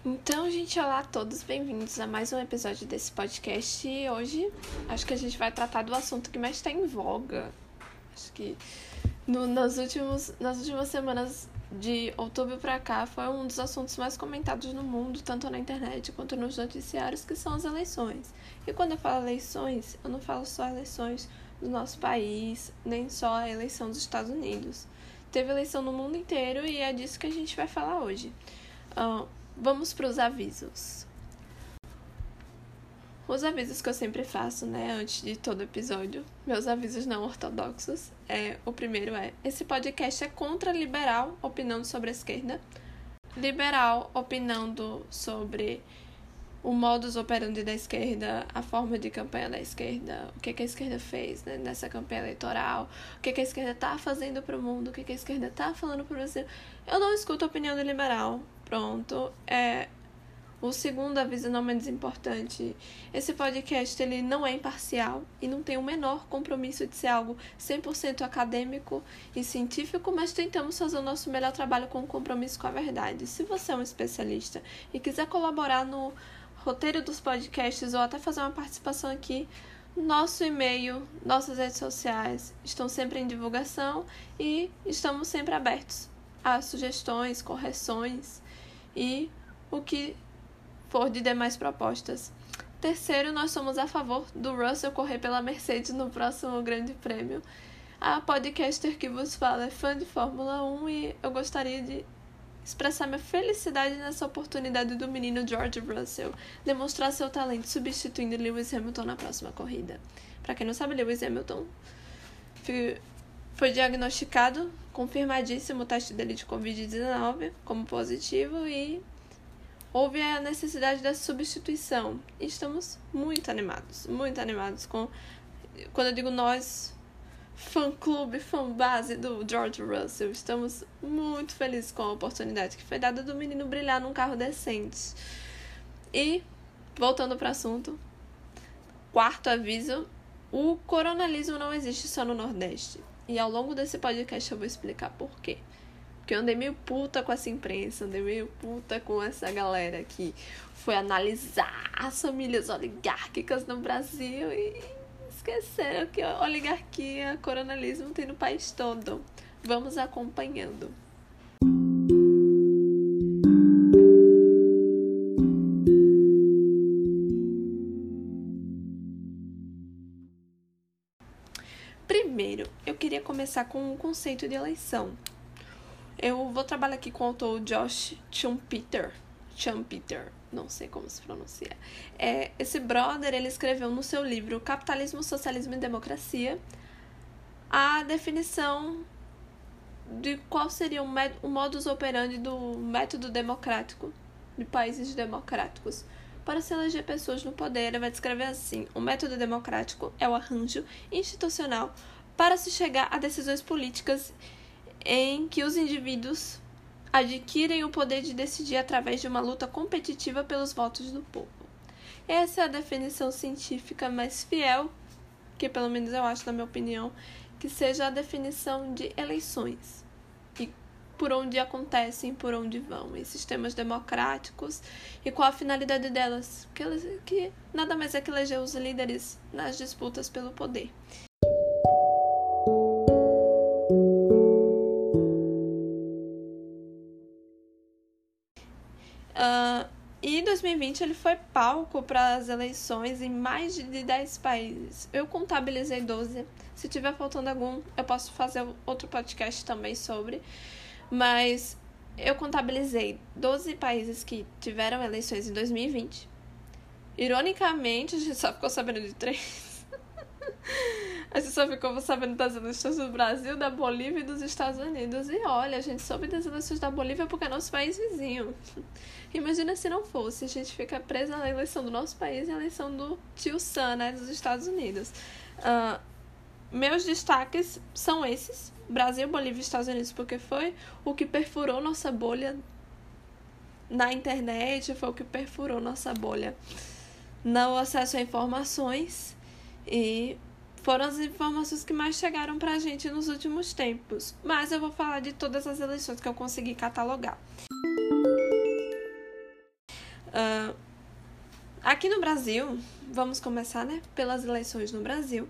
Então, gente, olá a todos, bem-vindos a mais um episódio desse podcast. E hoje, acho que a gente vai tratar do assunto que mais está em voga. Acho que nas últimas semanas de outubro pra cá foi um dos assuntos mais comentados no mundo, tanto na internet quanto nos noticiários, que são as eleições. E quando eu falo eleições, eu não falo só eleições do nosso país, nem só a eleição dos Estados Unidos. Teve eleição no mundo inteiro e é disso que a gente vai falar hoje. Vamos para os avisos. Os avisos que eu sempre faço, antes de todo episódio. Meus avisos não ortodoxos. O primeiro esse podcast é contra liberal, opinando sobre a esquerda. Liberal, opinando sobre o modus operandi da esquerda, a forma de campanha da esquerda, o que a esquerda fez nessa campanha eleitoral, o que a esquerda está fazendo para o mundo, o que a esquerda está falando para o Brasil. Eu não escuto a opinião do liberal. Pronto. O segundo aviso, não menos importante, esse podcast ele não é imparcial e não tem o menor compromisso de ser algo 100% acadêmico e científico, mas tentamos fazer o nosso melhor trabalho com compromisso com a verdade. Se você é um especialista e quiser colaborar no roteiro dos podcasts ou até fazer uma participação aqui, nosso e-mail, nossas redes sociais estão sempre em divulgação e estamos sempre abertos a sugestões, correções e o que for de demais propostas. Terceiro, nós somos a favor do Russell correr pela Mercedes no próximo Grande Prêmio. A podcaster que vos fala é fã de Fórmula 1 e eu gostaria de expressar minha felicidade nessa oportunidade do menino George Russell demonstrar seu talento substituindo Lewis Hamilton na próxima corrida. Para quem não sabe, Lewis Hamilton foi diagnosticado, confirmadíssimo o teste dele de Covid-19 como positivo e houve a necessidade da substituição. E estamos muito animados com... Quando eu digo nós, fã-clube, fã-base do George Russell, estamos muito felizes com a oportunidade que foi dada do menino brilhar num carro decente. E, voltando para o assunto, quarto aviso, o coronalismo não existe só no Nordeste. E ao longo desse podcast eu vou explicar por quê. Porque eu andei meio puta com essa imprensa, andei meio puta com essa galera que foi analisar as famílias oligárquicas no Brasil e esqueceram que a oligarquia, coronalismo tem no país todo. Vamos acompanhando. Primeiro, eu queria começar com o conceito de eleição. Eu vou trabalhar aqui com o autor Josh Schumpeter, não sei como se pronuncia. Esse brother, ele escreveu no seu livro Capitalismo, Socialismo e Democracia a definição de qual seria o modus operandi do método democrático de países democráticos. Para se eleger pessoas no poder, ele vai descrever assim: o método democrático é o arranjo institucional para se chegar a decisões políticas em que os indivíduos adquirem o poder de decidir através de uma luta competitiva pelos votos do povo. Essa é a definição científica mais fiel, que pelo menos eu acho, na minha opinião, que seja a definição de eleições. E por onde acontecem, por onde vão, em sistemas democráticos e qual a finalidade delas, que nada mais é que eleger os líderes nas disputas pelo poder. E 2020 ele foi palco para as eleições em mais de 10 países. Eu contabilizei 12. Se tiver faltando algum, eu posso fazer outro podcast também sobre. Mas eu contabilizei 12 países que tiveram eleições em 2020. Ironicamente, a gente só ficou sabendo de 3. A gente só ficou sabendo das eleições do Brasil, da Bolívia e dos Estados Unidos. E olha, a gente soube das eleições da Bolívia porque é nosso país vizinho. Imagina se não fosse, a gente fica presa na eleição do nosso país e a eleição do tio Sam, dos Estados Unidos. Meus destaques são esses: Brasil, Bolívia e Estados Unidos, porque foi o que perfurou nossa bolha na internet, foi o que perfurou nossa bolha no acesso a informações e foram as informações que mais chegaram pra gente nos últimos tempos. Mas eu vou falar de todas as eleições que eu consegui catalogar. Aqui no Brasil, vamos começar, né, pelas eleições no Brasil.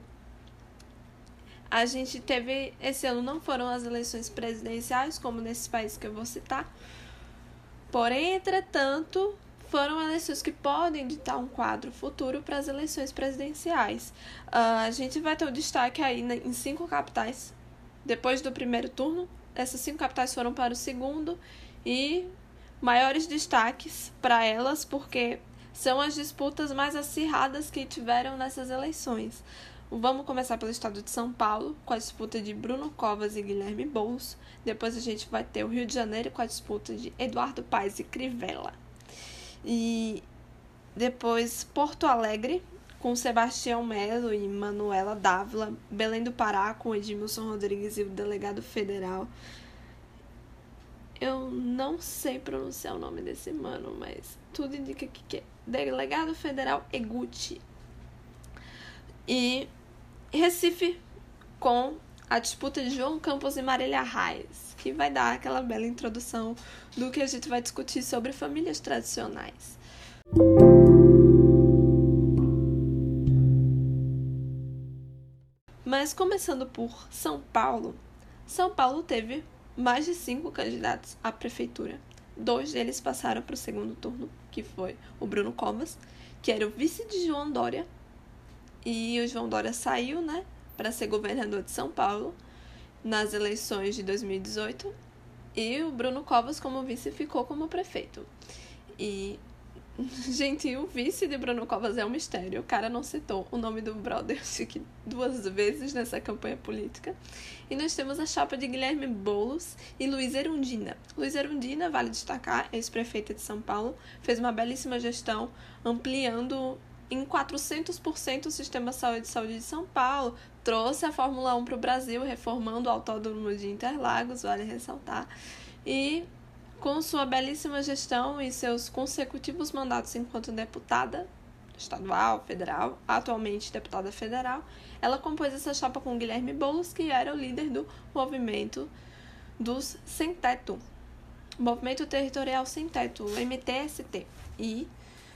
A gente teve, esse ano não foram as eleições presidenciais, como nesses países que eu vou citar. Porém, entretanto, foram eleições que podem ditar um quadro futuro para as eleições presidenciais. A gente vai ter o destaque aí em 5 capitais. Depois do primeiro turno, essas 5 capitais foram para o segundo e maiores destaques para elas, porque são as disputas mais acirradas que tiveram nessas eleições. Vamos começar pelo estado de São Paulo, com a disputa de Bruno Covas e Guilherme Boulos. Depois a gente vai ter o Rio de Janeiro, com a disputa de Eduardo Paes e Crivella. E depois Porto Alegre, com Sebastião Melo e Manuela Dávila. Belém do Pará, com Edmilson Rodrigues e o delegado federal. Eu não sei pronunciar o nome desse mano, mas tudo indica que é delegado federal Eguchi. E Recife, com a disputa de João Campos e Marília Reis, que vai dar aquela bela introdução do que a gente vai discutir sobre famílias tradicionais. Mas começando por São Paulo teve mais de 5 candidatos à prefeitura. 2 deles passaram para o segundo turno, que foi o Bruno Covas, que era o vice de João Dória, e o João Dória saiu, né, para ser governador de São Paulo nas eleições de 2018, e o Bruno Covas, como vice, ficou como prefeito. E, gente, o vice de Bruno Covas é um mistério. O cara não citou o nome do brother, acho que 2 vezes nessa campanha política. E nós temos a chapa de Guilherme Boulos e Luiz Erundina. Luiz Erundina, vale destacar, ex-prefeita de São Paulo, fez uma belíssima gestão, ampliando em 400% o sistema de saúde de São Paulo, trouxe a Fórmula 1 para o Brasil, reformando o Autódromo de Interlagos, vale ressaltar, e com sua belíssima gestão e seus consecutivos mandatos enquanto deputada estadual, federal, atualmente deputada federal, ela compôs essa chapa com Guilherme Boulos, que era o líder do movimento dos Sem Teto, Movimento Territorial Sem Teto, o MTST, e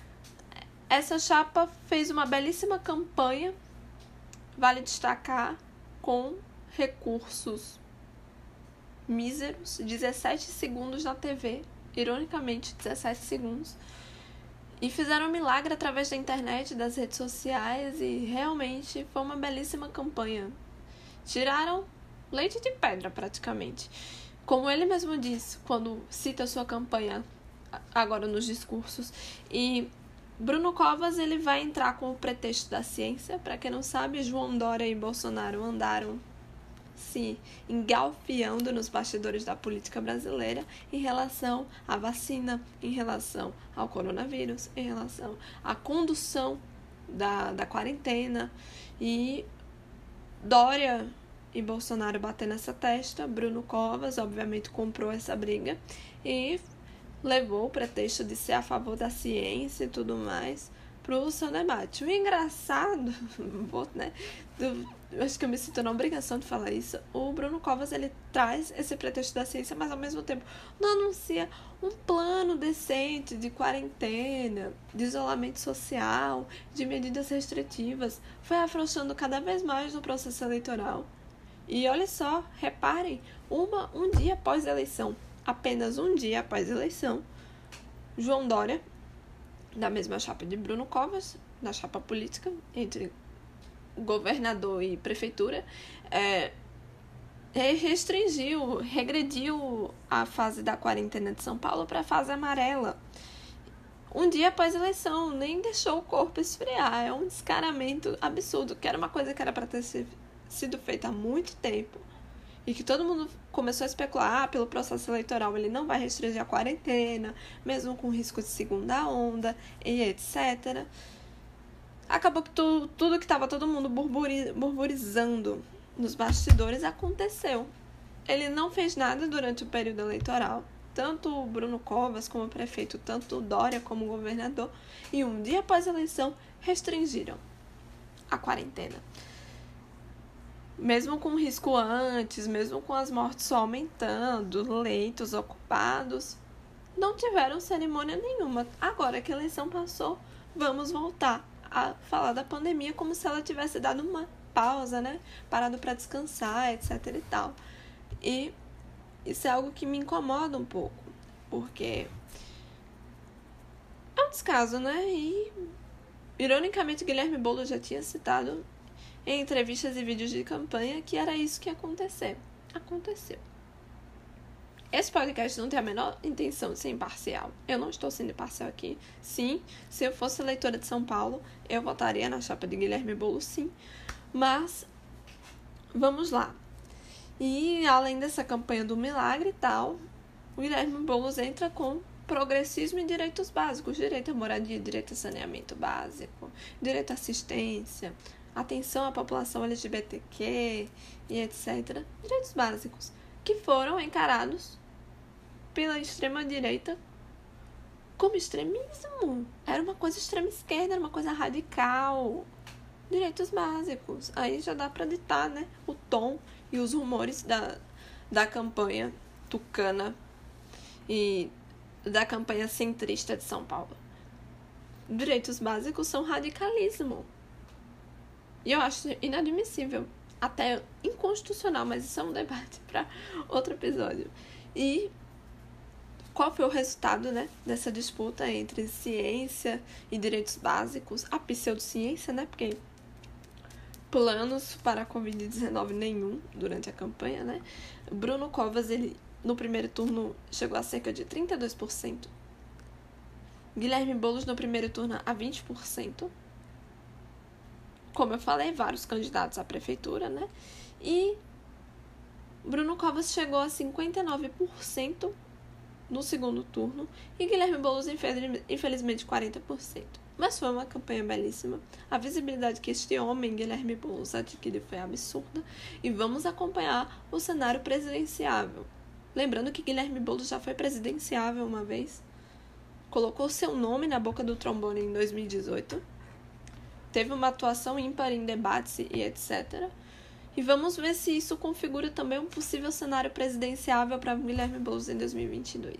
essa chapa fez uma belíssima campanha, vale destacar, com recursos míseros, 17 segundos na TV, ironicamente 17 segundos, e fizeram um milagre através da internet, das redes sociais, e realmente foi uma belíssima campanha. Tiraram leite de pedra, praticamente. Como ele mesmo disse, quando cita sua campanha agora nos discursos, e Bruno Covas, ele vai entrar com o pretexto da ciência. Para quem não sabe, João Dória e Bolsonaro andaram se engalfiando nos bastidores da política brasileira em relação à vacina, em relação ao coronavírus, em relação à condução da quarentena. E Dória e Bolsonaro batendo essa testa. Bruno Covas, obviamente, comprou essa briga e levou o pretexto de ser a favor da ciência e tudo mais pro seu debate. O engraçado, eu acho que eu me sinto na obrigação de falar isso, o Bruno Covas, ele traz esse pretexto da ciência, mas ao mesmo tempo não anuncia um plano decente de quarentena, de isolamento social, de medidas restritivas. Foi afrouxando cada vez mais no processo eleitoral. E olha só, reparem, um dia após a eleição, apenas um dia após a eleição, João Dória, da mesma chapa de Bruno Covas, da chapa política entre governador e prefeitura, regrediu a fase da quarentena de São Paulo para a fase amarela. Um dia após a eleição, nem deixou o corpo esfriar. É um descaramento absurdo, que era uma coisa que era para ter sido feita há muito tempo. E que todo mundo começou a especular, pelo processo eleitoral ele não vai restringir a quarentena, mesmo com risco de segunda onda, e etc. Acabou que tudo que estava todo mundo burburizando nos bastidores aconteceu. Ele não fez nada durante o período eleitoral, tanto o Bruno Covas como o prefeito, tanto o Dória como o governador, e um dia após a eleição restringiram a quarentena. Mesmo com risco antes, mesmo com as mortes só aumentando, leitos ocupados, não tiveram cerimônia nenhuma. Agora que a eleição passou, vamos voltar a falar da pandemia como se ela tivesse dado uma pausa, né? Parado para descansar, etc e tal. E isso é algo que me incomoda um pouco, porque é um descaso, né? E, ironicamente, Guilherme Boulos já tinha citado em entrevistas e vídeos de campanha que era isso que ia acontecer. Aconteceu. Esse podcast não tem a menor intenção de ser imparcial. Eu não estou sendo imparcial aqui. Sim, se eu fosse eleitora de São Paulo, eu votaria na chapa de Guilherme Boulos, sim. Mas, vamos lá. E, além dessa campanha do milagre e tal, o Guilherme Boulos entra com progressismo e direitos básicos. Direito à moradia, direito a saneamento básico, direito à assistência, atenção à população LGBTQ e etc. Direitos básicos que foram encarados pela extrema-direita como extremismo. Era uma coisa extrema-esquerda, era uma coisa radical. Direitos básicos. Aí já dá pra ditar, né, o tom e os rumores da campanha tucana e da campanha centrista de São Paulo. Direitos básicos são radicalismo. E eu acho inadmissível, até inconstitucional, mas isso é um debate para outro episódio. E qual foi o resultado, né, dessa disputa entre ciência e direitos básicos? A pseudociência, né, porque planos para a Covid-19 nenhum durante a campanha, né? Bruno Covas, ele no primeiro turno chegou a cerca de 32%. Guilherme Boulos no primeiro turno a 20%. Como eu falei, vários candidatos à prefeitura, né? E Bruno Covas chegou a 59% no segundo turno e Guilherme Boulos, infelizmente, 40%. Mas foi uma campanha belíssima. A visibilidade que este homem, Guilherme Boulos, adquiriu foi absurda. E vamos acompanhar o cenário presidenciável. Lembrando que Guilherme Boulos já foi presidenciável uma vez. Colocou seu nome na boca do trombone em 2018. Teve uma atuação ímpar em debates e etc. E vamos ver se isso configura também um possível cenário presidenciável para Guilherme Boulos em 2022.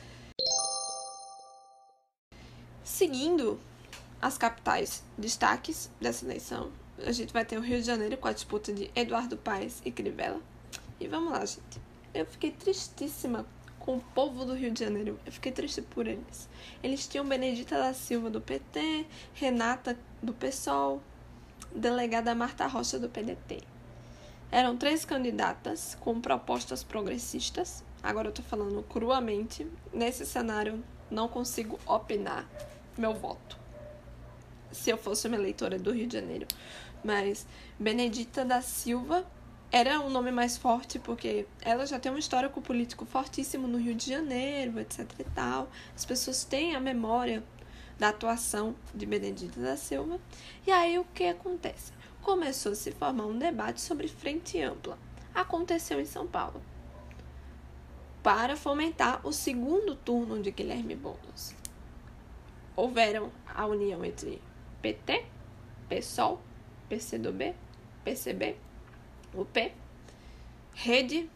Seguindo as capitais destaques dessa eleição, a gente vai ter o Rio de Janeiro com a disputa de Eduardo Paes e Crivella. E vamos lá, gente. Eu fiquei tristíssima com o povo do Rio de Janeiro. Eu fiquei triste por eles. Eles tinham Benedita da Silva do PT, Renata do PSOL, delegada Marta Rocha do PDT. Eram 3 candidatas com propostas progressistas. Agora eu tô falando cruamente. Nesse cenário, não consigo opinar meu voto, se eu fosse uma eleitora do Rio de Janeiro. Mas Benedita da Silva era um nome mais forte, porque ela já tem um histórico político fortíssimo no Rio de Janeiro, etc e tal. As pessoas têm a memória da atuação de Benedita da Silva. E aí o que acontece? Começou a se formar um debate sobre frente ampla. Aconteceu em São Paulo, para fomentar o segundo turno de Guilherme Boulos. Houveram a união entre PT, PSOL, PCdoB, PCB, UP, Rede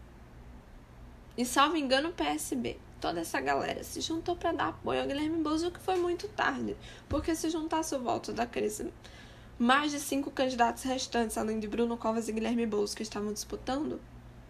e, salvo engano, PSB. Toda essa galera se juntou para dar apoio ao Guilherme Boulos, o que foi muito tarde, porque se juntasse o voto daqueles mais de 5 candidatos restantes, além de Bruno Covas e Guilherme Boulos, que estavam disputando,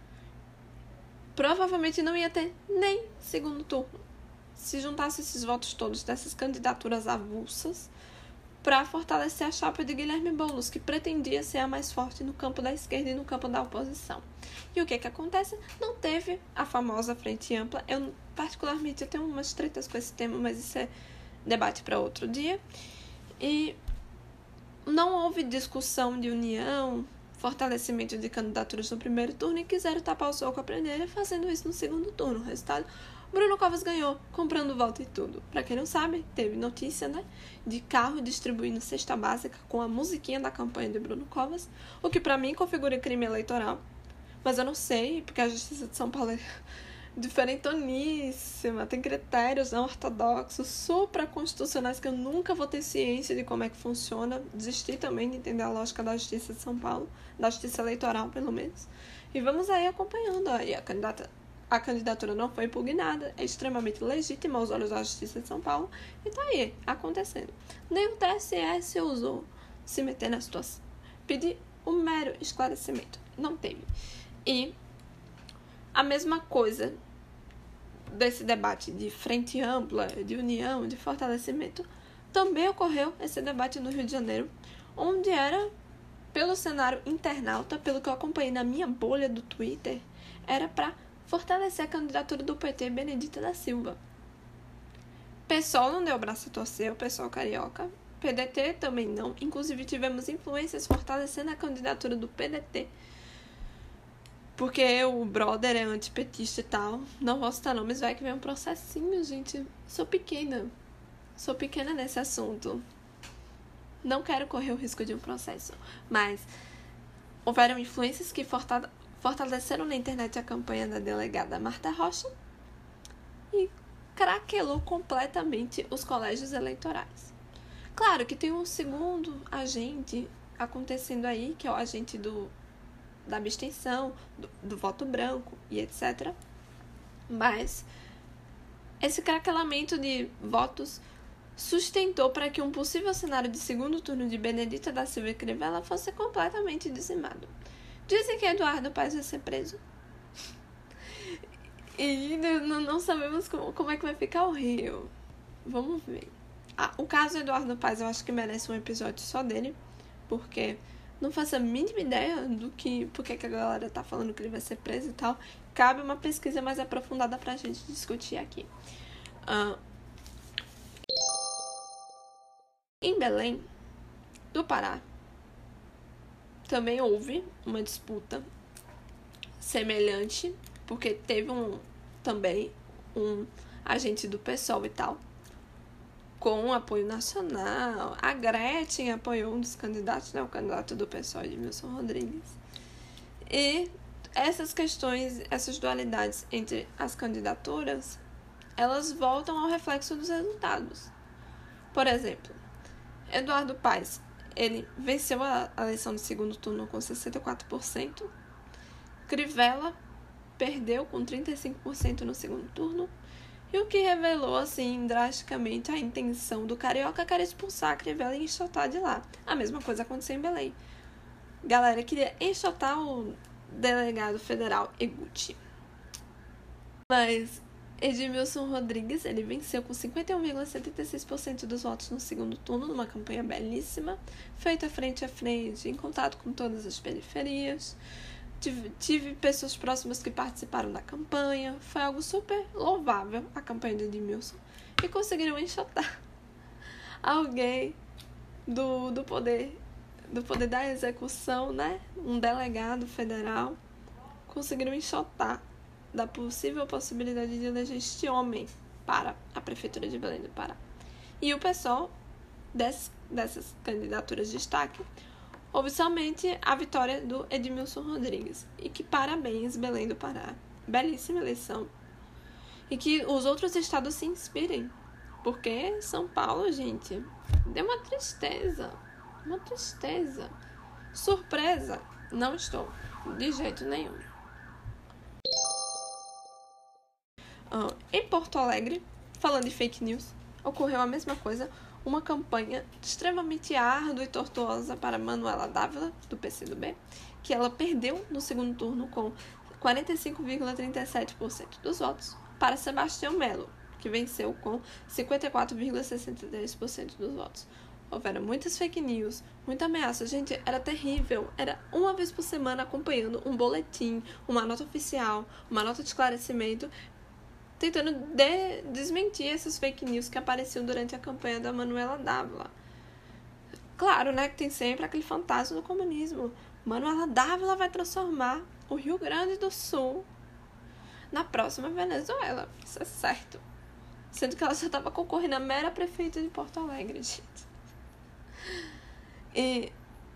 provavelmente não ia ter nem segundo turno. Se juntasse esses votos todos dessas candidaturas avulsas para fortalecer a chapa de Guilherme Boulos, que pretendia ser a mais forte no campo da esquerda e no campo da oposição. E o que acontece? Não teve a famosa frente ampla. Eu, particularmente, eu tenho umas tretas com esse tema, mas isso é debate para outro dia. E não houve discussão de união, fortalecimento de candidaturas no primeiro turno, e quiseram tapar o sol com a peneira fazendo isso no segundo turno. O resultado: Bruno Covas ganhou, comprando voto e tudo. Pra quem não sabe, teve notícia, né, de carro distribuindo cesta básica com a musiquinha da campanha de Bruno Covas, o que pra mim configura crime eleitoral. Mas eu não sei, porque a Justiça de São Paulo é diferentoníssima, tem critérios não ortodoxos, supraconstitucionais, que eu nunca vou ter ciência de como é que funciona. Desisti também de entender a lógica da Justiça de São Paulo, da Justiça Eleitoral, pelo menos. E vamos aí acompanhando aí a candidata a candidatura não foi impugnada, é extremamente legítima aos olhos da Justiça de São Paulo, e tá aí, acontecendo. Nem o TSE se ousou se meter na situação. Pedir um mero esclarecimento. Não teve. E a mesma coisa desse debate de frente ampla, de união, de fortalecimento, também ocorreu esse debate no Rio de Janeiro, onde era, pelo cenário internauta, pelo que eu acompanhei na minha bolha do Twitter, era para fortalecer a candidatura do PT, Benedita da Silva. PSOL não deu o braço a torcer, o PSOL carioca. PDT também não. Inclusive, tivemos influências fortalecendo a candidatura do PDT. Porque o brother é antipetista e tal. Não vou citar nomes, vai que vem um processinho, gente. Sou pequena nesse assunto. Não quero correr o risco de um processo. Mas houveram influências que fortaleceram na internet a campanha da delegada Marta Rocha e craquelou completamente os colégios eleitorais. Claro que tem um segundo agente acontecendo aí, que é o agente da abstenção, do voto branco e etc. Mas esse craquelamento de votos sustentou para que um possível cenário de segundo turno de Benedita da Silva e Crivella fosse completamente dizimado. Dizem que Eduardo Paes vai ser preso. E não sabemos como é que vai ficar o Rio. Vamos ver. O caso Eduardo Paes eu acho que merece um episódio só dele, porque não faço a mínima ideia do que, porque que a galera tá falando que ele vai ser preso e tal. Cabe uma pesquisa mais aprofundada pra gente discutir aqui. Em Belém do Pará, também houve uma disputa semelhante, porque teve também um agente do PSOL e tal, com apoio nacional. A Gretchen apoiou um dos candidatos, né, o candidato do PSOL, Edmilson Rodrigues. E essas questões, essas dualidades entre as candidaturas, elas voltam ao reflexo dos resultados. Por exemplo, Eduardo Paes, ele venceu a eleição do segundo turno com 64%. Crivella perdeu com 35% no segundo turno. E o que revelou, assim, drasticamente a intenção do carioca que era expulsar a Crivella e enxotar de lá. A mesma coisa aconteceu em Belém. Galera queria enxotar o delegado federal Eguti. Mas Edmilson Rodrigues, ele venceu com 51,76% dos votos no segundo turno, numa campanha belíssima, feita frente a frente, em contato com todas as periferias. Tive pessoas próximas que participaram da campanha. Foi algo super louvável, a campanha de Edmilson. E conseguiram enxotar alguém do poder da execução, né? Um delegado federal. Conseguiram enxotar da possível possibilidade de eleger este homem para a Prefeitura de Belém do Pará. E o PSOL, dessas candidaturas de destaque, houve somente a vitória do Edmilson Rodrigues. E que parabéns, Belém do Pará. Belíssima eleição. E que os outros estados se inspirem. Porque São Paulo, gente, deu uma tristeza. Uma tristeza. Surpresa. Não estou. De jeito nenhum. Em Porto Alegre, falando de fake news, ocorreu a mesma coisa. Uma campanha extremamente árdua e tortuosa para Manuela Dávila, do PCdoB, que ela perdeu no segundo turno com 45,37% dos votos, para Sebastião Melo, que venceu com 54,63% dos votos. Houveram muitas fake news, muita ameaça. Gente, era terrível. Era uma vez por semana acompanhando um boletim, uma nota oficial, uma nota de esclarecimento, tentando desmentir essas fake news que apareciam durante a campanha da Manuela Dávila. Claro, né, que tem sempre aquele fantasma do comunismo. Manuela Dávila vai transformar o Rio Grande do Sul na próxima Venezuela. Isso é certo. Sendo que ela só estava concorrendo a mera prefeita de Porto Alegre, gente. E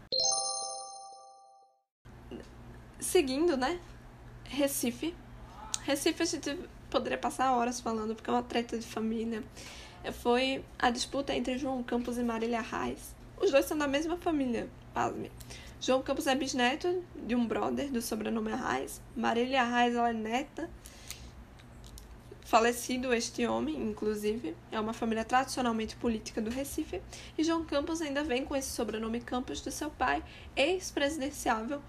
seguindo, né, Recife a gente poderia passar horas falando, porque é uma treta de família. Foi a disputa entre João Campos e Marília Reis. Os dois são da mesma família, pasme. João Campos é bisneto de um brother do sobrenome Reis. Marília Reis, ela é neta falecido este homem, inclusive, é uma família tradicionalmente política do Recife, e João Campos ainda vem com esse sobrenome Campos do seu pai, ex-presidenciável,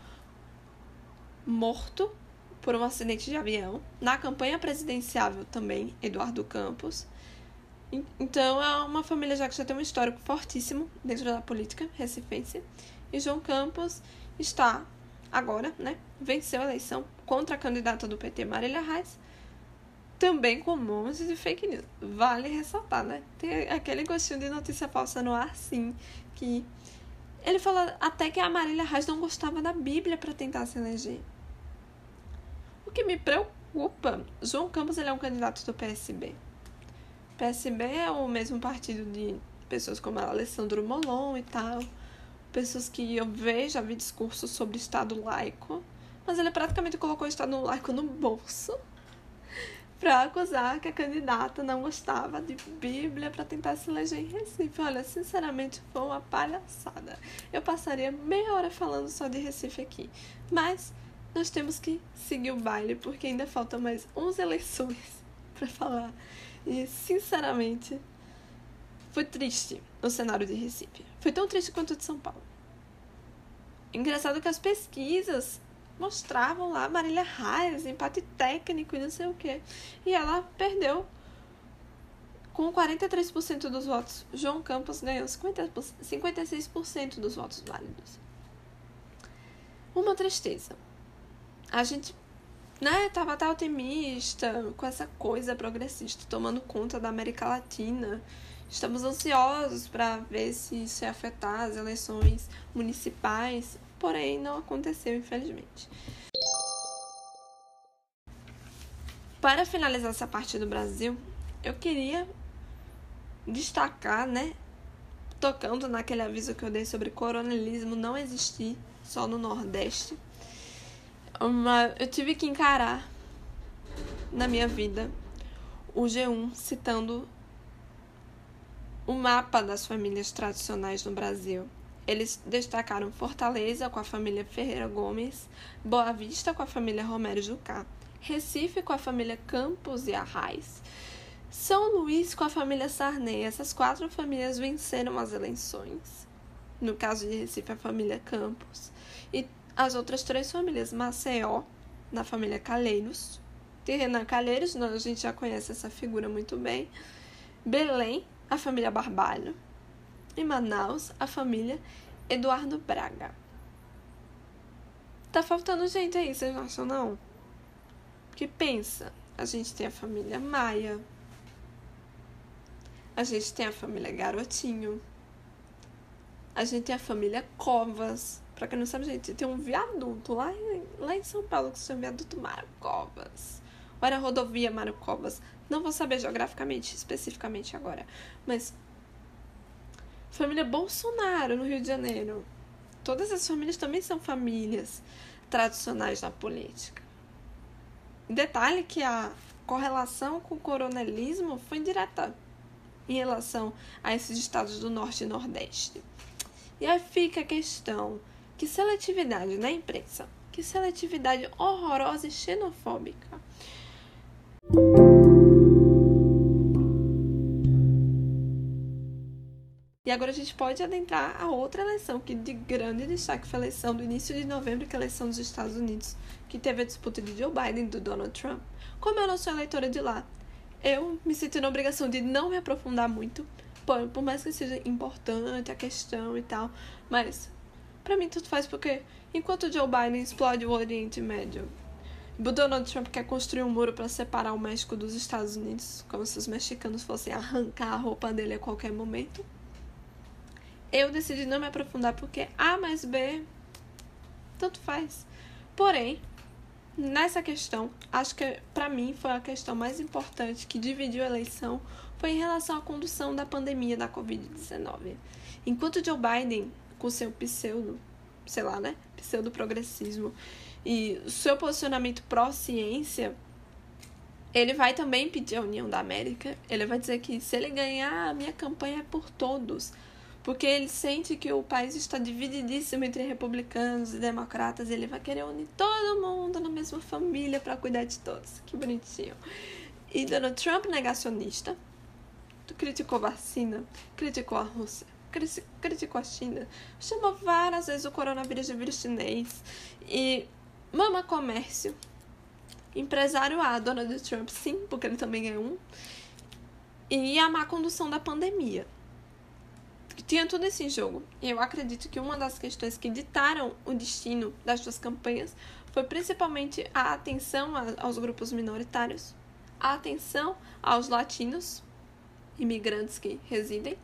morto por um acidente de avião. Na campanha presidenciável também, Eduardo Campos. Então, é uma família já que já tem um histórico fortíssimo dentro da política recifense. E João Campos está agora, venceu a eleição contra a candidata do PT, Marília Reis, também com um monte de fake news. Vale ressaltar, Tem aquele gostinho de notícia falsa no ar, sim, que ele fala até que a Marília Reis não gostava da Bíblia para tentar se eleger. O que me preocupa, João Campos ele é um candidato do PSB. PSB é o mesmo partido de pessoas como Alessandro Molon e tal, pessoas que eu já vi discursos sobre Estado laico, mas ele praticamente colocou o Estado laico no bolso para acusar que a candidata não gostava de Bíblia para tentar se eleger em Recife. Olha, sinceramente, foi uma palhaçada. Eu passaria meia hora falando só de Recife aqui, mas nós temos que seguir o baile, porque ainda faltam mais 11 eleições para falar. E, sinceramente, foi triste o cenário de Recife. Foi tão triste quanto o de São Paulo. Engraçado que as pesquisas mostravam lá Marília Reis, empate técnico e não sei o quê. E ela perdeu com 43% dos votos. João Campos ganhou 56% dos votos válidos. Uma tristeza. A gente tava até otimista com essa coisa progressista tomando conta da América Latina. Estamos ansiosos para ver se isso ia afetar as eleições municipais, porém não aconteceu, infelizmente. Para finalizar essa parte do Brasil, eu queria destacar, tocando naquele aviso que eu dei sobre coronelismo não existir só no Nordeste, eu tive que encarar na minha vida o G1 citando o mapa das famílias tradicionais no Brasil. Eles destacaram Fortaleza com a família Ferreira Gomes, Boa Vista com a família Romero Jucá, Recife com a família Campos e Arraes, São Luís com a família Sarney. Essas 4 famílias venceram as eleições. No caso de Recife, a família Campos. E as outras 3 famílias, Maceió, da família Calheiros, Renan Calheiros, a gente já conhece essa figura muito bem, Belém, a família Barbalho, e Manaus, a família Eduardo Braga. Tá faltando gente aí, vocês não acham não? Porque pensa, a gente tem a família Maia, a gente tem a família Garotinho, a gente tem a família Covas. Pra quem não sabe, gente, tem um viaduto lá em São Paulo que se chama Viaduto Mário Covas. Ou era rodovia Mário Covas. Não vou saber geograficamente, especificamente agora. Mas família Bolsonaro no Rio de Janeiro. Todas as famílias também são famílias tradicionais na política. Detalhe que a correlação com o coronelismo foi direta em relação a esses estados do Norte e Nordeste. E aí fica a questão, que seletividade na imprensa, que seletividade horrorosa e xenofóbica. E agora a gente pode adentrar a outra eleição, que de grande destaque foi a eleição do início de novembro, que é a eleição dos Estados Unidos, que teve a disputa de Joe Biden e do Donald Trump. Como eu não sou eleitora de lá, eu me senti na obrigação de não me aprofundar muito, por mais que seja importante a questão e tal, mas pra mim tudo faz, porque enquanto o Joe Biden explode o Oriente Médio, o Donald Trump quer construir um muro para separar o México dos Estados Unidos, como se os mexicanos fossem arrancar a roupa dele a qualquer momento, eu decidi não me aprofundar, porque A mais B tanto faz. Porém, nessa questão, acho que pra mim foi a questão mais importante que dividiu a eleição, foi em relação à condução da pandemia da Covid-19. Enquanto Joe Biden, com seu pseudo-progressismo e seu posicionamento pró-ciência, ele vai também pedir a união da América. Ele vai dizer que se ele ganhar, a minha campanha é por todos, porque ele sente que o país está divididíssimo entre republicanos e democratas, e ele vai querer unir todo mundo na mesma família para cuidar de todos. Que bonitinho. E Donald Trump, negacionista, criticou vacina, criticou a Rússia, criticou a China, chamou várias vezes o coronavírus de vírus chinês e mama comércio. Empresário A, Donald Trump, sim, porque ele também é um. E a má condução da pandemia. Tinha tudo isso em jogo. E eu acredito que uma das questões que ditaram o destino das suas campanhas foi principalmente a atenção aos grupos minoritários, a atenção aos latinos, imigrantes que residem,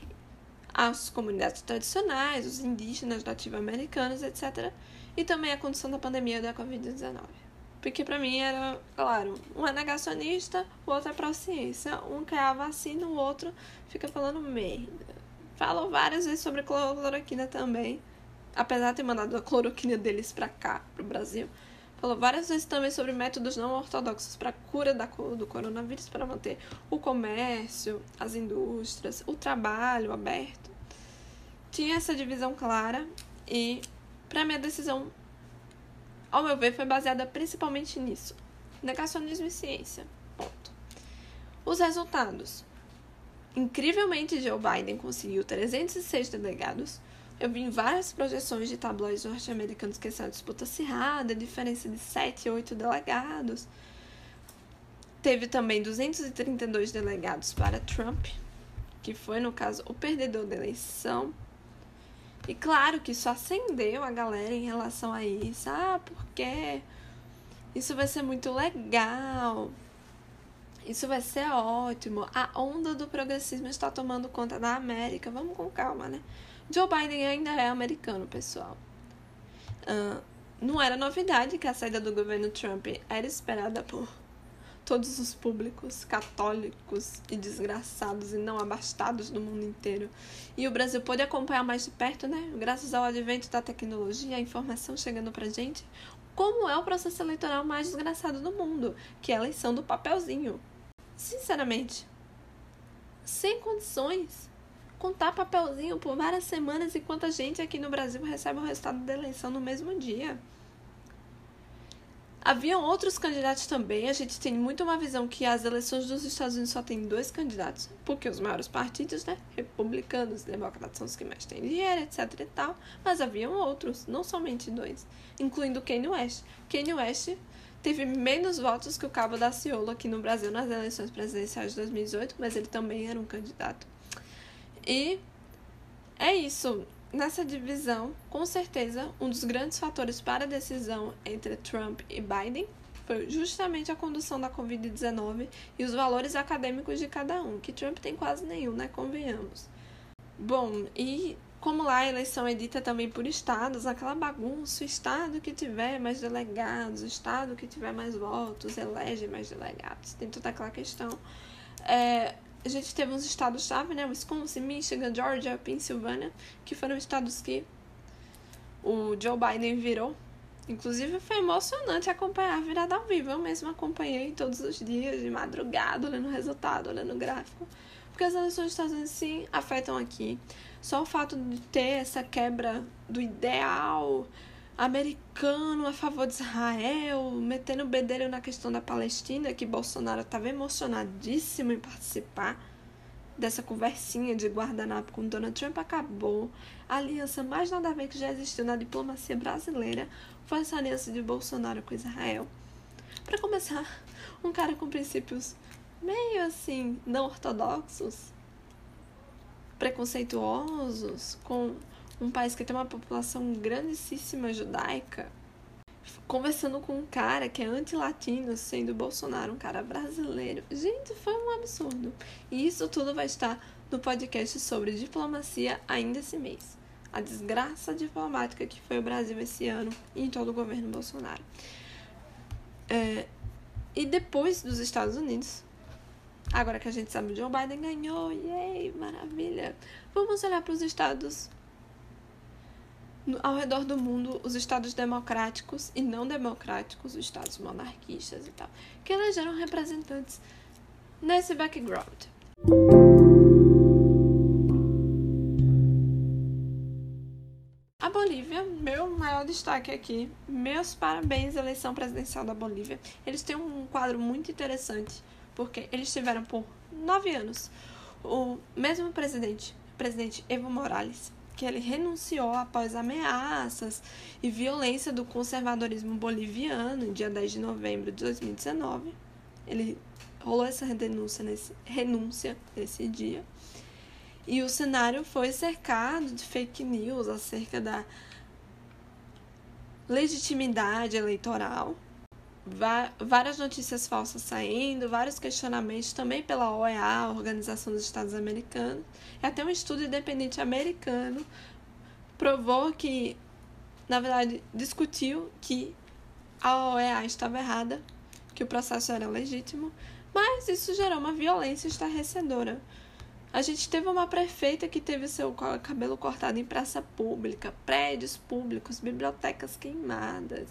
às comunidades tradicionais, os indígenas, nativo-americanos, etc. E também a condição da pandemia da Covid-19. Porque pra mim era, claro, um é negacionista, o outro é pró-ciência. Um quer a vacina, o outro fica falando merda. Falou várias vezes sobre cloroquina também, apesar de ter mandado a cloroquina deles pra cá, pro Brasil. Falou várias vezes também sobre métodos não ortodoxos para cura do coronavírus, para manter o comércio, as indústrias, o trabalho aberto. Tinha essa divisão clara e, para minha decisão, ao meu ver, foi baseada principalmente nisso. Negacionismo e ciência. Ponto. Os resultados. Incrivelmente, Joe Biden conseguiu 306 delegados. Eu vi em várias projeções de tabloides norte-americanos que essa disputa acirrada, diferença de 7, 8 delegados. Teve também 232 delegados para Trump, que foi, no caso, o perdedor da eleição. E claro que isso acendeu a galera em relação a isso. Porque isso vai ser muito legal. Isso vai ser ótimo. A onda do progressismo está tomando conta da América. Vamos com calma, né? Joe Biden ainda é americano, pessoal. Não era novidade que a saída do governo Trump era esperada por todos os públicos católicos e desgraçados e não abastados do mundo inteiro. E o Brasil pôde acompanhar mais de perto, né? Graças ao advento da tecnologia, a informação chegando pra gente, como é o processo eleitoral mais desgraçado do mundo, que é a eleição do papelzinho. Sinceramente, sem condições, contar papelzinho por várias semanas enquanto a gente aqui no Brasil recebe o resultado da eleição no mesmo dia. Haviam outros candidatos também. A gente tem muito uma visão que as eleições dos Estados Unidos só tem 2 candidatos, porque os maiores partidos, né, republicanos e democratas, são os que mais têm dinheiro, etc e tal. Mas haviam outros, não somente 2, incluindo Kanye West. Kanye West teve menos votos que o Cabo da Ciolo aqui no Brasil nas eleições presidenciais de 2018, mas ele também era um candidato. E é isso. Nessa divisão, com certeza, um dos grandes fatores para a decisão entre Trump e Biden foi justamente a condução da Covid-19 e os valores acadêmicos de cada um, que Trump tem quase nenhum, né? Convenhamos. Bom, e como lá a eleição é dita também por estados, aquela bagunça, o estado que tiver mais delegados, o estado que tiver mais votos, elege mais delegados. Tem toda aquela questão. A gente teve uns estados-chave, né? Wisconsin, Michigan, Georgia, Pensilvânia, que foram estados que o Joe Biden virou. Inclusive, foi emocionante acompanhar a virada ao vivo. Eu mesma acompanhei todos os dias, de madrugada, olhando o resultado, olhando o gráfico. Porque as eleições dos Estados Unidos, sim, afetam aqui. Só o fato de ter essa quebra do ideal americano a favor de Israel, metendo o bedelho na questão da Palestina, que Bolsonaro estava emocionadíssimo em participar dessa conversinha de guardanapo com Donald Trump, acabou. A aliança mais nada a ver que já existiu na diplomacia brasileira foi essa aliança de Bolsonaro com Israel. Para começar, um cara com princípios meio assim, não ortodoxos, preconceituosos, com um país que tem uma população grandíssima judaica, conversando com um cara que é anti-latino, sendo Bolsonaro um cara brasileiro. Gente, foi um absurdo. E isso tudo vai estar no podcast sobre diplomacia ainda esse mês. A desgraça diplomática que foi o Brasil esse ano e em todo o governo Bolsonaro. E depois dos Estados Unidos, agora que a gente sabe que Joe Biden ganhou, yay, maravilha, vamos olhar para os estados ao redor do mundo, os estados democráticos e não democráticos, os estados monarquistas e tal, que elegeram representantes nesse background. A Bolívia, meu maior destaque aqui, meus parabéns à eleição presidencial da Bolívia. Eles têm um quadro muito interessante, porque eles tiveram por 9 anos o mesmo presidente Evo Morales, que ele renunciou após ameaças e violência do conservadorismo boliviano, em dia 10 de novembro de 2019. Ele rolou essa renúncia nesse dia. E o cenário foi cercado de fake news acerca da legitimidade eleitoral. Várias notícias falsas saindo, vários questionamentos também pela OEA, Organização dos Estados Americanos. E até um estudo independente americano provou que, na verdade, discutiu que a OEA estava errada, que o processo era legítimo, mas isso gerou uma violência estarrecedora. A gente teve uma prefeita que teve seu cabelo cortado em praça pública, prédios públicos, bibliotecas queimadas.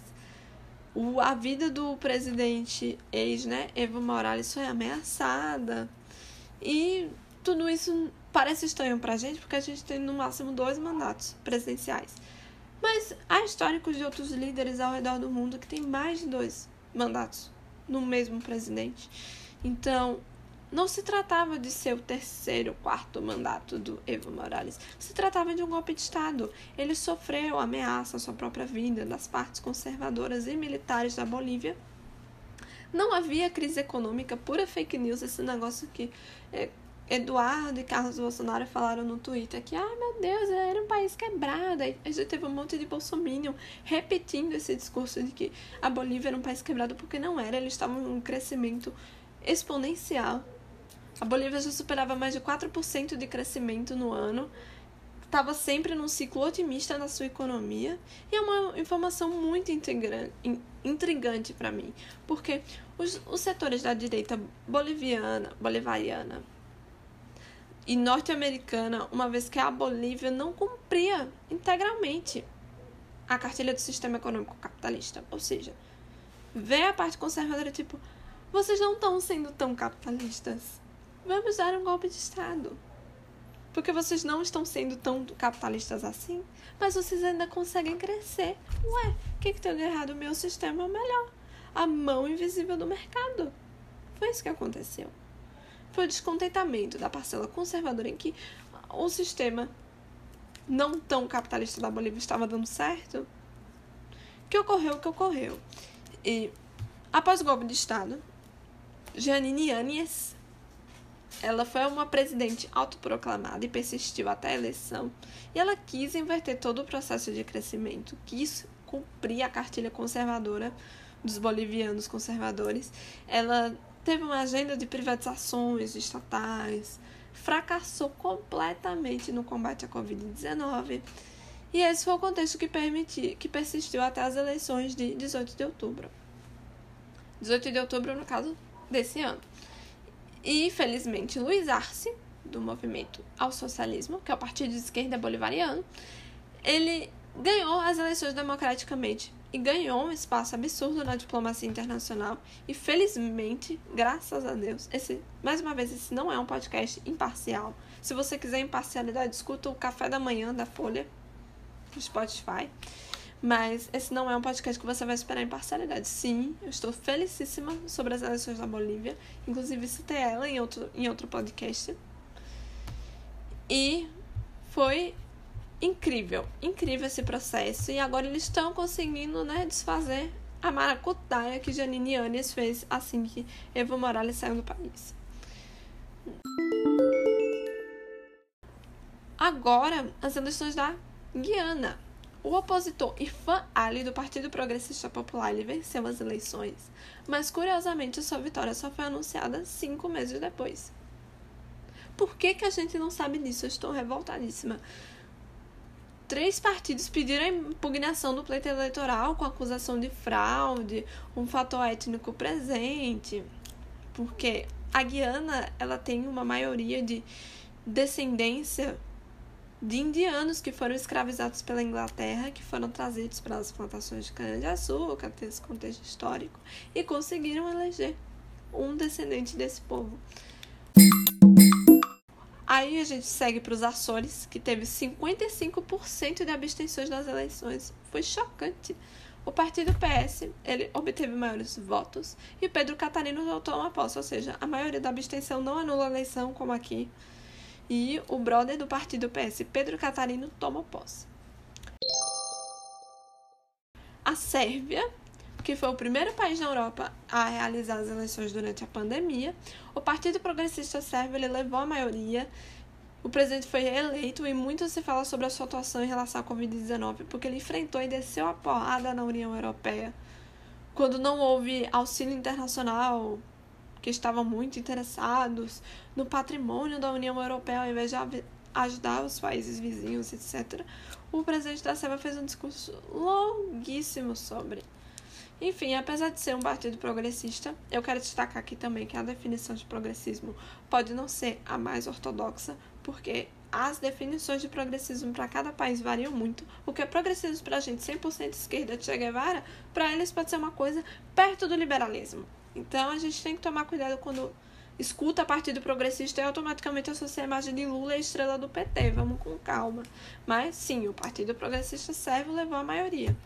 A vida do presidente Evo Morales foi ameaçada. E tudo isso parece estranho pra gente, porque a gente tem no máximo 2 mandatos presidenciais. Mas há históricos de outros líderes ao redor do mundo que têm mais de 2 mandatos no mesmo presidente. Então, não se tratava de ser o 3º, 4º mandato do Evo Morales. Se tratava de um golpe de Estado. Ele sofreu ameaça à sua própria vida das partes conservadoras e militares da Bolívia. Não havia crise econômica, pura fake news, esse negócio que Eduardo e Carlos Bolsonaro falaram no Twitter, que, meu Deus, era um país quebrado. Aí a gente teve um monte de bolsominion repetindo esse discurso de que a Bolívia era um país quebrado, porque não era. Eles estavam em um crescimento exponencial. A Bolívia já superava mais de 4% de crescimento no ano, estava sempre num ciclo otimista na sua economia, e é uma informação muito intrigante para mim, porque os setores da direita bolivariana e norte-americana, uma vez que a Bolívia não cumpria integralmente a cartilha do sistema econômico capitalista, ou seja, vê a parte conservadora tipo, vocês não estão sendo tão capitalistas. Vamos dar um golpe de Estado. Porque vocês não estão sendo tão capitalistas assim, mas vocês ainda conseguem crescer. Ué, o que tem de errado? O meu sistema é o melhor. A mão invisível do mercado. Foi isso que aconteceu. Foi o descontentamento da parcela conservadora em que o sistema não tão capitalista da Bolívia estava dando certo, que ocorreu o que ocorreu. E após o golpe de Estado, Jeanine Áñez, ela foi uma presidente autoproclamada e persistiu até a eleição. E ela quis inverter todo o processo de crescimento, quis cumprir a cartilha conservadora dos bolivianos conservadores. Ela teve uma agenda de privatizações estatais, fracassou completamente no combate à Covid-19. E esse foi o contexto que persistiu até as eleições de 18 de outubro. 18 de outubro, no caso, desse ano. E, infelizmente, Luiz Arce, do Movimento ao Socialismo, que é o partido de esquerda bolivariano, ele ganhou as eleições democraticamente e ganhou um espaço absurdo na diplomacia internacional. E, felizmente, graças a Deus, mais uma vez, esse não é um podcast imparcial. Se você quiser imparcialidade, escuta o Café da Manhã da Folha, do Spotify. Mas esse não é um podcast que você vai esperar imparcialidade. Sim, eu estou felicíssima sobre as eleições da Bolívia. Inclusive, citei ela em outro podcast. E foi incrível esse processo. E agora eles estão conseguindo, desfazer a maracutaia que Jeanine Áñez fez assim que Evo Morales saiu do país. Agora, as eleições da Guiana. O opositor Irfan Ali, do Partido Progressista Popular, ele venceu as eleições, mas, curiosamente, sua vitória só foi anunciada 5 meses depois. Por que a gente não sabe disso? Eu estou revoltadíssima. 3 partidos pediram a impugnação do pleito eleitoral com acusação de fraude, um fator étnico presente, porque a Guiana ela tem uma maioria de descendência de indianos que foram escravizados pela Inglaterra, que foram trazidos para as plantações de cana-de-açúcar, tem esse contexto histórico, e conseguiram eleger um descendente desse povo. Aí a gente segue para os Açores, que teve 55% de abstenções nas eleições. Foi chocante. O partido PS, ele obteve maiores votos e Pedro Catarino voltou a uma posse, ou seja, a maioria da abstenção não anula a eleição, como aqui. E o brother do partido PS, Pedro Catarino, toma posse. A Sérvia, que foi o primeiro país na Europa a realizar as eleições durante a pandemia, o Partido Progressista Sérvio ele levou a maioria. O presidente foi reeleito e muito se fala sobre a sua atuação em relação à Covid-19, porque ele enfrentou e desceu a porrada na União Europeia. Quando não houve auxílio internacional, que estavam muito interessados no patrimônio da União Europeia, ao invés de ajudar os países vizinhos, etc., o presidente da Sérvia fez um discurso longuíssimo sobre. Enfim, apesar de ser um partido progressista, eu quero destacar aqui também que a definição de progressismo pode não ser a mais ortodoxa, porque as definições de progressismo para cada país variam muito. O que é progressismo para a gente 100% esquerda de Che Guevara, para eles pode ser uma coisa perto do liberalismo. Então a gente tem que tomar cuidado quando escuta partido progressista e automaticamente associa a imagem de Lula e a estrela do PT. Vamos com calma. Mas sim, o Partido Progressista Sérvio levou a maioria.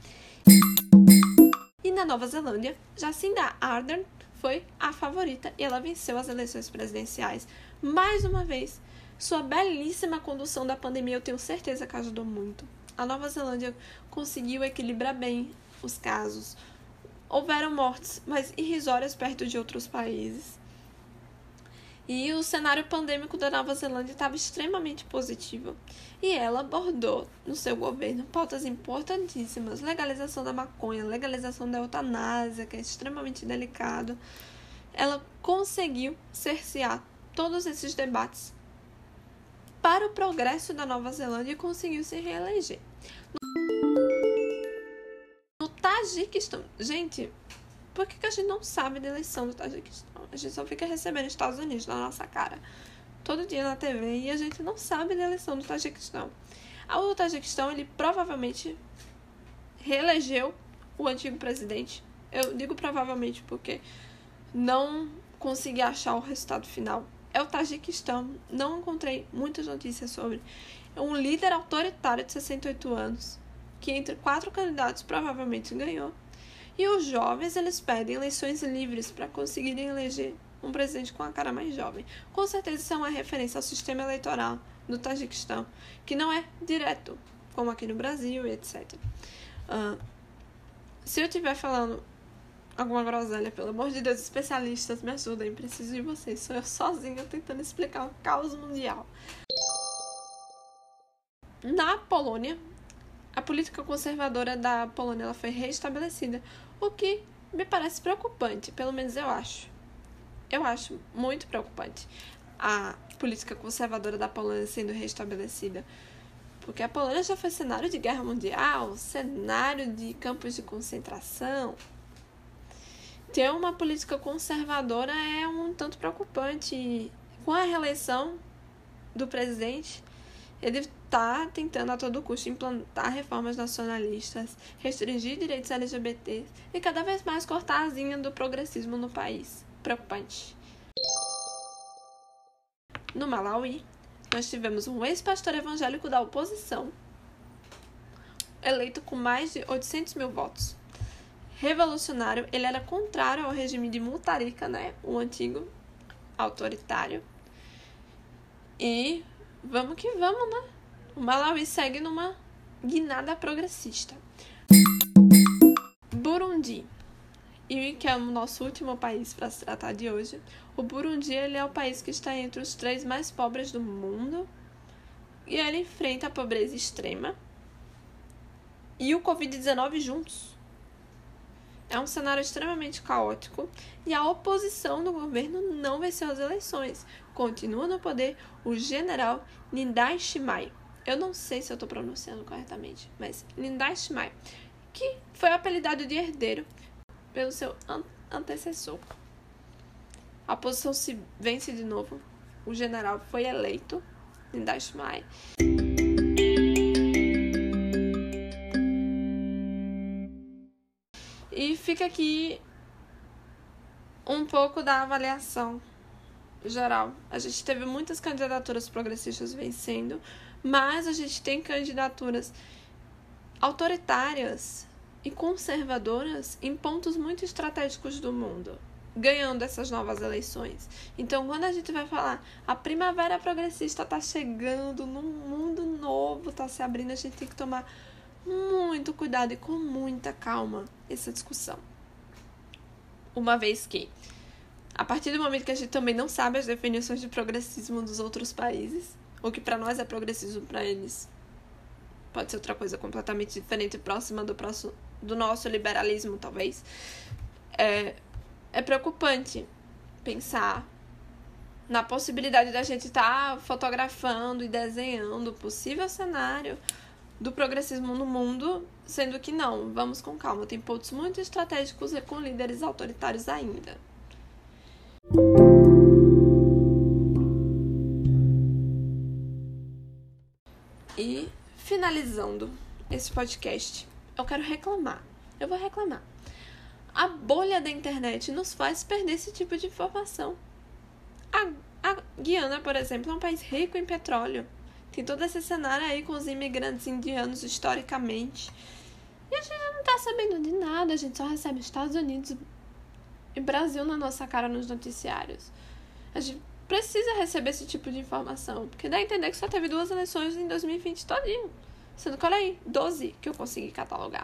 E na Nova Zelândia, Jacinda Ardern foi a favorita e ela venceu as eleições presidenciais. Mais uma vez, sua belíssima condução da pandemia eu tenho certeza que ajudou muito. A Nova Zelândia conseguiu equilibrar bem os casos. Houveram mortes, mas irrisórias perto de outros países. E o cenário pandêmico da Nova Zelândia estava extremamente positivo. E ela abordou no seu governo pautas importantíssimas. Legalização da maconha, legalização da eutanásia, que é extremamente delicado. Ela conseguiu cercear todos esses debates para o progresso da Nova Zelândia e conseguiu se reeleger. No Tajiquistão, gente, por que a gente não sabe da eleição do Tajiquistão? A gente só fica recebendo Estados Unidos na nossa cara todo dia na TV e a gente não sabe da eleição do Tajiquistão. O Tajiquistão, ele provavelmente reelegeu o antigo presidente. Eu digo provavelmente porque não consegui achar o resultado final. É o Tajiquistão, não encontrei muitas notícias sobre. É um líder autoritário de 68 anos, que entre 4 candidatos provavelmente ganhou. E os jovens, eles pedem eleições livres para conseguirem eleger um presidente com a cara mais jovem. Com certeza isso é uma referência ao sistema eleitoral do Tajiquistão, que não é direto, como aqui no Brasil e etc. Se eu estiver falando alguma groselha, pelo amor de Deus, especialistas, me ajudem, preciso de vocês. Sou eu sozinha tentando explicar o caos mundial. Na Polônia, a política conservadora da Polônia ela foi reestabelecida, o que me parece preocupante, pelo menos eu acho. Eu acho muito preocupante a política conservadora da Polônia sendo reestabelecida, porque a Polônia já foi cenário de guerra mundial, cenário de campos de concentração. Ter uma política conservadora é um tanto preocupante. Com a reeleição do presidente, ele está tentando a todo custo implantar reformas nacionalistas, restringir direitos LGBT e cada vez mais cortar a asinha do progressismo no país. Preocupante. No Malawi, nós tivemos um ex-pastor evangélico da oposição, eleito com mais de 800 mil votos. Revolucionário, ele era contrário ao regime de Mutharika, né? O antigo autoritário. E vamos que vamos, né? O Malawi segue numa guinada progressista. Burundi, e que é o nosso último país para se tratar de hoje. O Burundi ele é o país que está entre os 3 mais pobres do mundo e ele enfrenta a pobreza extrema e o Covid-19 juntos. É um cenário extremamente caótico e a oposição do governo não venceu as eleições. Continua no poder o general Ndayishimiye. Eu não sei se eu estou pronunciando corretamente, mas Ndayishimiye, que foi apelidado de herdeiro pelo seu antecessor. A oposição se vence de novo. O general foi eleito, Ndayishimiye. E fica aqui um pouco da avaliação geral. A gente teve muitas candidaturas progressistas vencendo, mas a gente tem candidaturas autoritárias e conservadoras em pontos muito estratégicos do mundo, ganhando essas novas eleições. Então, quando a gente vai falar a primavera progressista está chegando, num mundo novo está se abrindo, a gente tem que tomar muito cuidado e com muita calma essa discussão. Uma vez que, a partir do momento que a gente também não sabe as definições de progressismo dos outros países, o que para nós é progressismo, para eles pode ser outra coisa completamente diferente, próxima do nosso liberalismo, talvez, é preocupante pensar na possibilidade da gente estar fotografando e desenhando o possível cenário do progressismo no mundo, sendo que não, vamos com calma, tem pontos muito estratégicos e com líderes autoritários ainda. E, finalizando esse podcast, eu vou reclamar. A bolha da internet nos faz perder esse tipo de informação. A Guiana, por exemplo, é um país rico em petróleo. Tem todo esse cenário aí com os imigrantes indianos historicamente. E a gente não tá sabendo de nada, a gente só recebe Estados Unidos e Brasil na nossa cara nos noticiários. A gente precisa receber esse tipo de informação, porque dá a entender que só teve 2 eleições em 2020 todinho. Sendo que, olha aí, 12 que eu consegui catalogar.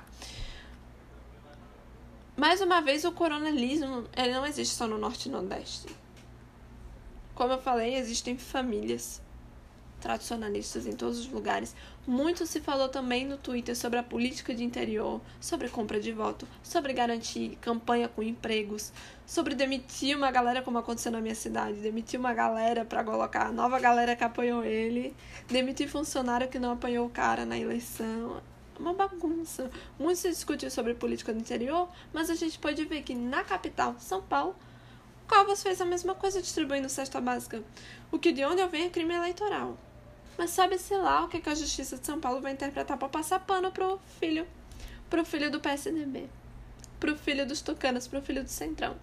Mais uma vez, o coronelismo ele não existe só no Norte e Nordeste. Como eu falei, existem famílias tradicionalistas em todos os lugares. Muito se falou também no Twitter sobre a política de interior, sobre compra de voto, sobre garantir campanha com empregos, sobre demitir uma galera, como aconteceu na minha cidade, demitir uma galera para colocar a nova galera que apoiou ele, demitir funcionário que não apoiou o cara na eleição. Uma bagunça. Muito se discutiu sobre política do interior, mas a gente pode ver que na capital, São Paulo, Covas fez a mesma coisa distribuindo cesta básica. O que de onde eu venho é crime eleitoral. Mas sabe-se lá o que a Justiça de São Paulo vai interpretar para passar pano pro filho do PSDB, pro filho dos tucanos, pro filho do Centrão.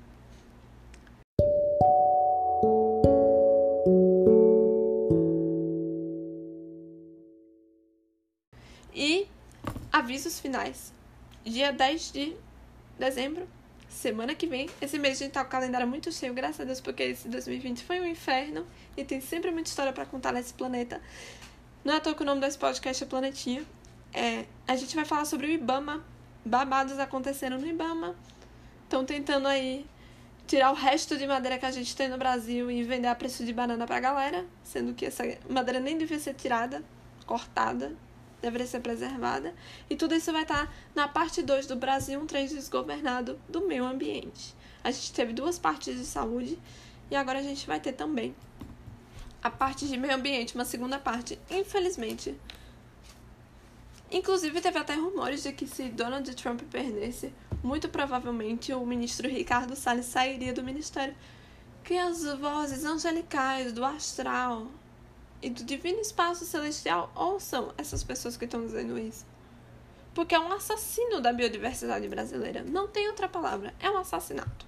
E avisos finais. Dia 10 de dezembro, semana que vem. Esse mês a gente tá com o calendário muito cheio, graças a Deus, porque esse 2020 foi um inferno e tem sempre muita história pra contar nesse planeta. Não é à toa que o nome desse podcast é Planetinha. A gente vai falar sobre o IBAMA. Babados aconteceram no IBAMA. Estão tentando aí tirar o resto de madeira que a gente tem no Brasil e vender a preço de banana pra galera, sendo que essa madeira nem devia ser tirada, cortada, deveria ser preservada. E tudo isso vai estar na parte 2 do Brasil, um trem desgovernado do meio ambiente. A gente teve 2 partes de saúde e agora a gente vai ter também a parte de meio ambiente, uma segunda parte, infelizmente. Inclusive, teve até rumores de que se Donald Trump perdesse, muito provavelmente o ministro Ricardo Salles sairia do ministério. Que as vozes angelicais do astral e do divino espaço celestial ouçam essas pessoas que estão dizendo isso. Porque é um assassino da biodiversidade brasileira. Não tem outra palavra. É um assassinato.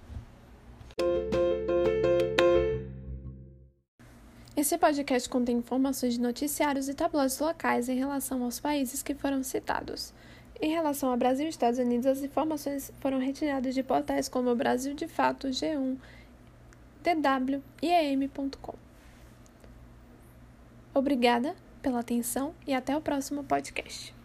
Esse podcast contém informações de noticiários e tabloides locais em relação aos países que foram citados. Em relação ao Brasil e Estados Unidos, as informações foram retiradas de portais como o Brasil de Fato, G1, DW e EM.com. Obrigada pela atenção e até o próximo podcast.